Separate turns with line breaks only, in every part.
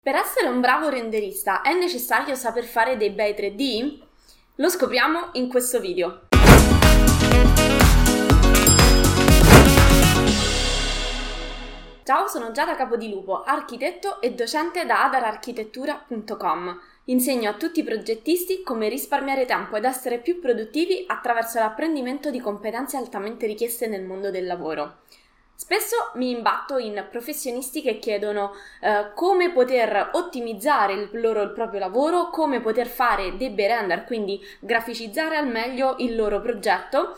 Per essere un bravo renderista è necessario saper fare dei bei 3D? Lo scopriamo in questo video. Ciao, sono Giada Capodilupo, architetto e docente da adararchitettura.com. Insegno a tutti i progettisti come risparmiare tempo ed essere più produttivi attraverso l'apprendimento di competenze altamente richieste nel mondo del lavoro. Spesso mi imbatto in professionisti che chiedono come poter ottimizzare il proprio lavoro, come poter fare dei bei render, quindi graficizzare al meglio il loro progetto,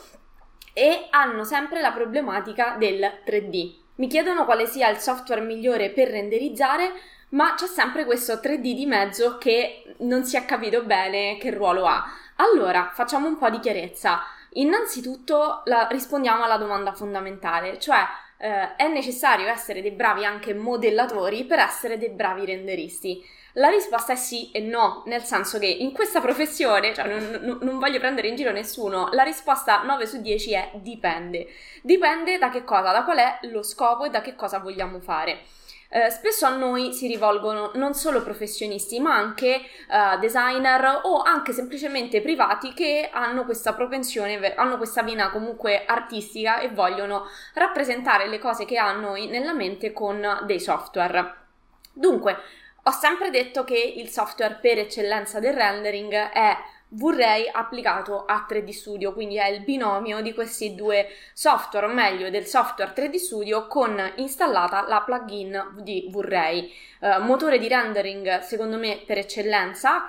e hanno sempre la problematica del 3D. Mi chiedono quale sia il software migliore per renderizzare, ma c'è sempre questo 3D di mezzo che non si è capito bene che ruolo ha. Allora, facciamo un po' di chiarezza. Innanzitutto rispondiamo alla domanda fondamentale, cioè è necessario essere dei bravi anche modellatori per essere dei bravi renderisti? La risposta è sì e no, nel senso che in questa professione, cioè non voglio prendere in giro nessuno, la risposta 9 su 10 è dipende. Dipende da che cosa, da qual è lo scopo e da che cosa vogliamo fare. Spesso a noi si rivolgono non solo professionisti ma anche designer o anche semplicemente privati che hanno questa propensione, hanno questa vena comunque artistica e vogliono rappresentare le cose che hanno nella mente con dei software. Dunque, ho sempre detto che il software per eccellenza del rendering è V-Ray applicato a 3D Studio, quindi è il binomio di questi due software, o meglio del software 3D Studio con installata la plugin di V-Ray. Motore di rendering secondo me per eccellenza,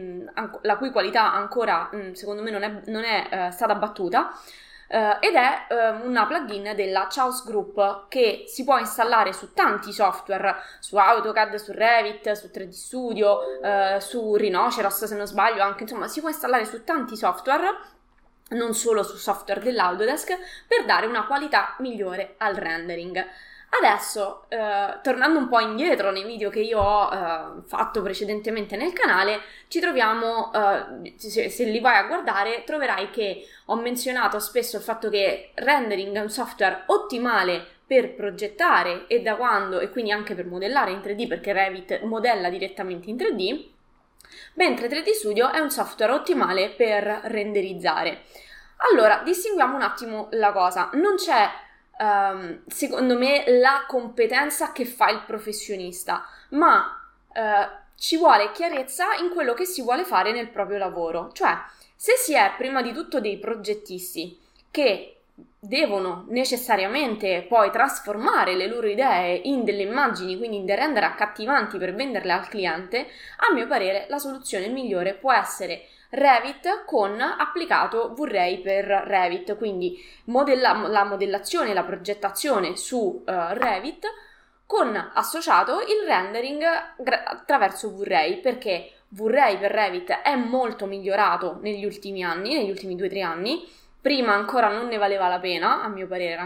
la cui qualità ancora secondo me non è stata battuta. Ed è una plugin della Chaos Group che si può installare su tanti software, su AutoCAD, su Revit, su 3D Studio, su Rhinoceros se non sbaglio anche, insomma si può installare su tanti software, non solo su software dell'Autodesk, per dare una qualità migliore al rendering. Adesso, tornando un po' indietro nei video che io ho fatto precedentemente nel canale, ci troviamo, se li vai a guardare, troverai che ho menzionato spesso il fatto che rendering è un software ottimale per progettare e quindi anche per modellare in 3D, perché Revit modella direttamente in 3D, mentre 3D Studio è un software ottimale per renderizzare. Allora, distinguiamo un attimo la cosa. Non c'è secondo me la competenza che fa il professionista, ma ci vuole chiarezza in quello che si vuole fare nel proprio lavoro. Cioè, se si è prima di tutto dei progettisti che devono necessariamente poi trasformare le loro idee in delle immagini, quindi in dei render accattivanti per venderle al cliente, a mio parere la soluzione migliore può essere Revit con applicato V-Ray per Revit, quindi la modellazione e la progettazione su Revit con associato il rendering attraverso V-Ray, perché V-Ray per Revit è molto migliorato negli ultimi 2-3 anni. Prima ancora non ne valeva la pena, a mio parere,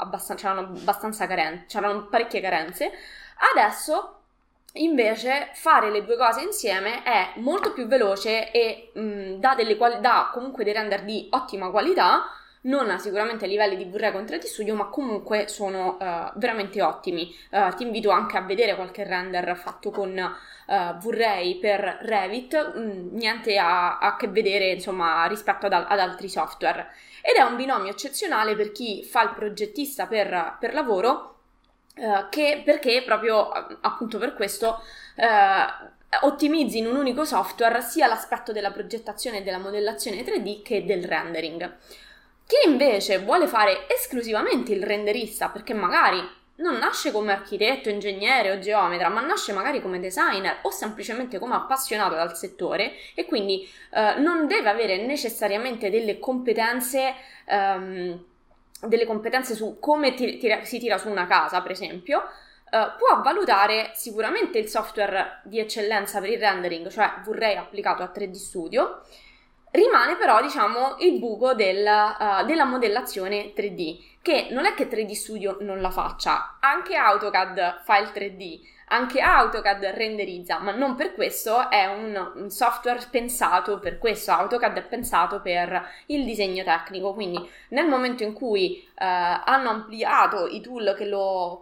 c'erano parecchie carenze. Adesso invece fare le due cose insieme è molto più veloce e dà comunque dei render di ottima qualità, non sicuramente a livelli di V-Ray con 3D Studio, ma comunque sono veramente ottimi. Ti invito anche a vedere qualche render fatto con V-Ray per Revit, niente a che vedere insomma rispetto ad altri software, ed è un binomio eccezionale per chi fa il progettista per lavoro, perché proprio appunto per questo ottimizzi in un unico software sia l'aspetto della progettazione e della modellazione 3D che del rendering. Chi invece vuole fare esclusivamente il renderista, perché magari non nasce come architetto, ingegnere o geometra, ma nasce magari come designer o semplicemente come appassionato dal settore e quindi non deve avere necessariamente delle competenze su come si tira su una casa, per esempio, può valutare sicuramente il software di eccellenza per il rendering, cioè V-Ray applicato a 3D Studio. Rimane però, diciamo, il buco della modellazione 3D, che non è che 3D Studio non la faccia, anche AutoCAD fa il 3D, anche AutoCAD renderizza, ma non per questo è un software pensato per questo. AutoCAD è pensato per il disegno tecnico, quindi nel momento in cui hanno ampliato i tool che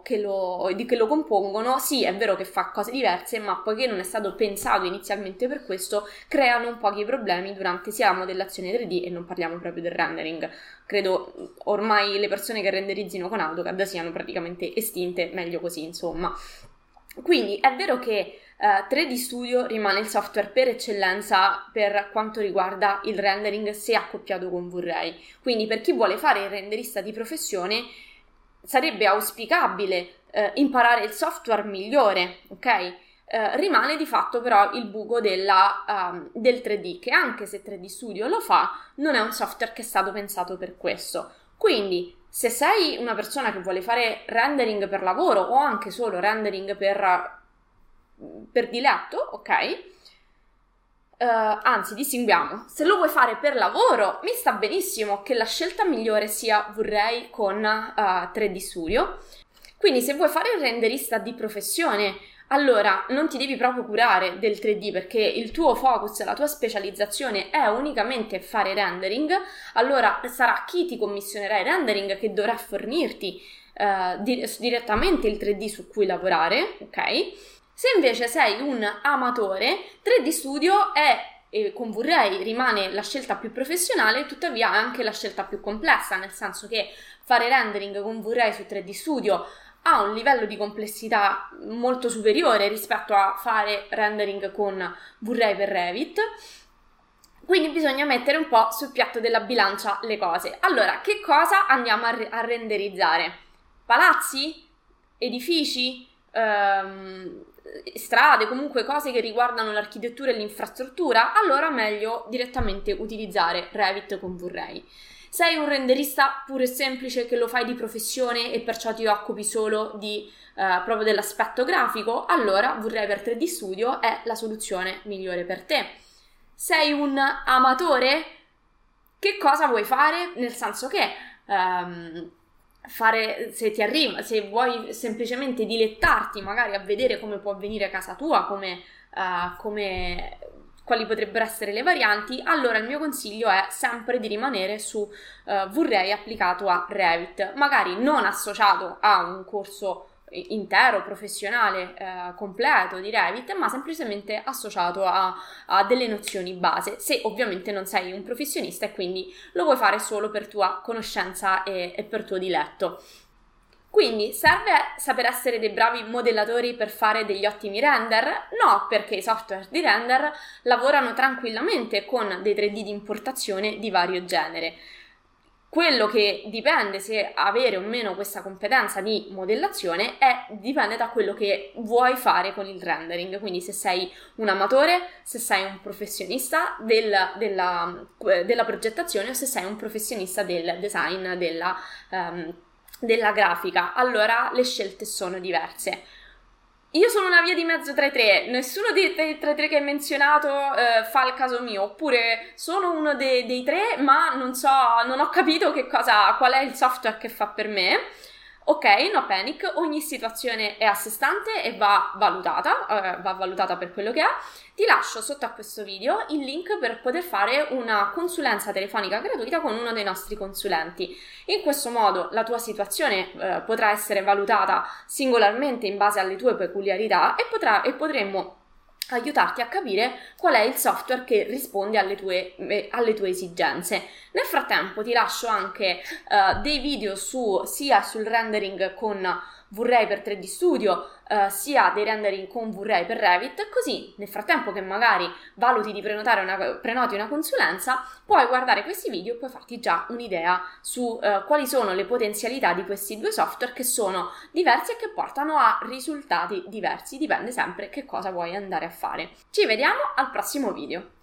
lo compongono, sì, è vero che fa cose diverse, ma poiché non è stato pensato inizialmente per questo, creano un pochi problemi durante sia la modellazione 3D, e non parliamo proprio del rendering. Credo ormai le persone che renderizzino con AutoCAD siano praticamente estinte, meglio così, insomma. Quindi è vero che 3D Studio rimane il software per eccellenza per quanto riguarda il rendering se accoppiato con V-Ray. Quindi per chi vuole fare il renderista di professione sarebbe auspicabile imparare il software migliore, ok? Rimane di fatto però il buco del 3D, che anche se 3D Studio lo fa, non è un software che è stato pensato per questo. Quindi se sei una persona che vuole fare rendering per lavoro o anche solo rendering per diletto, ok? Anzi, distinguiamo. Se lo vuoi fare per lavoro, mi sta benissimo che la scelta migliore sia V-Ray con 3D Studio. Quindi se vuoi fare il renderista di professione, allora non ti devi proprio curare del 3D, perché il tuo focus, la tua specializzazione è unicamente fare rendering. Allora sarà chi ti commissionerà il rendering che dovrà fornirti direttamente il 3D su cui lavorare, ok? Se invece sei un amatore, 3D Studio e con V-Ray rimane la scelta più professionale, tuttavia è anche la scelta più complessa, nel senso che fare rendering con V-Ray su 3D Studio ha un livello di complessità molto superiore rispetto a fare rendering con V-Ray per Revit. Quindi bisogna mettere un po' sul piatto della bilancia le cose. Allora, che cosa andiamo a renderizzare? Palazzi? Edifici? Strade, comunque cose che riguardano l'architettura e l'infrastruttura? Allora meglio direttamente utilizzare Revit con V-Ray. Sei un renderista puro e semplice che lo fai di professione e perciò ti occupi solo proprio dell'aspetto grafico, allora V-Ray per 3D Studio è la soluzione migliore per te. Sei un amatore? Che cosa vuoi fare? Nel senso che se ti arriva, se vuoi semplicemente dilettarti magari a vedere come può avvenire a casa tua, quali potrebbero essere le varianti, allora il mio consiglio è sempre di rimanere su V-Ray applicato a Revit, magari non associato a un corso intero, professionale, completo di Revit, ma semplicemente associato a delle nozioni base, se ovviamente non sei un professionista e quindi lo vuoi fare solo per tua conoscenza e per tuo diletto. Quindi serve saper essere dei bravi modellatori per fare degli ottimi render? No, perché i software di render lavorano tranquillamente con dei 3D di importazione di vario genere. Quello che dipende se avere o meno questa competenza di modellazione dipende da quello che vuoi fare con il rendering. Quindi se sei un amatore, se sei un professionista della progettazione o se sei un professionista del design, della grafica, allora le scelte sono diverse. Io sono una via di mezzo tra i tre, nessuno tra i tre che hai menzionato fa il caso mio, oppure sono uno dei tre ma non ho capito qual è il software che fa per me. Ok, no panic, ogni situazione è a sé stante e va valutata per quello che è. Ti lascio sotto a questo video il link per poter fare una consulenza telefonica gratuita con uno dei nostri consulenti. In questo modo la tua situazione potrà essere valutata singolarmente in base alle tue peculiarità e potremmo aiutarti a capire qual è il software che risponde alle tue esigenze. Nel frattempo ti lascio anche dei video sia sul rendering con V-Ray per 3D Studio, sia dei rendering con V-Ray per Revit, così nel frattempo che magari valuti di prenoti una consulenza, puoi guardare questi video e puoi farti già un'idea su quali sono le potenzialità di questi due software che sono diversi e che portano a risultati diversi, dipende sempre che cosa vuoi andare a fare. Ci vediamo al prossimo video.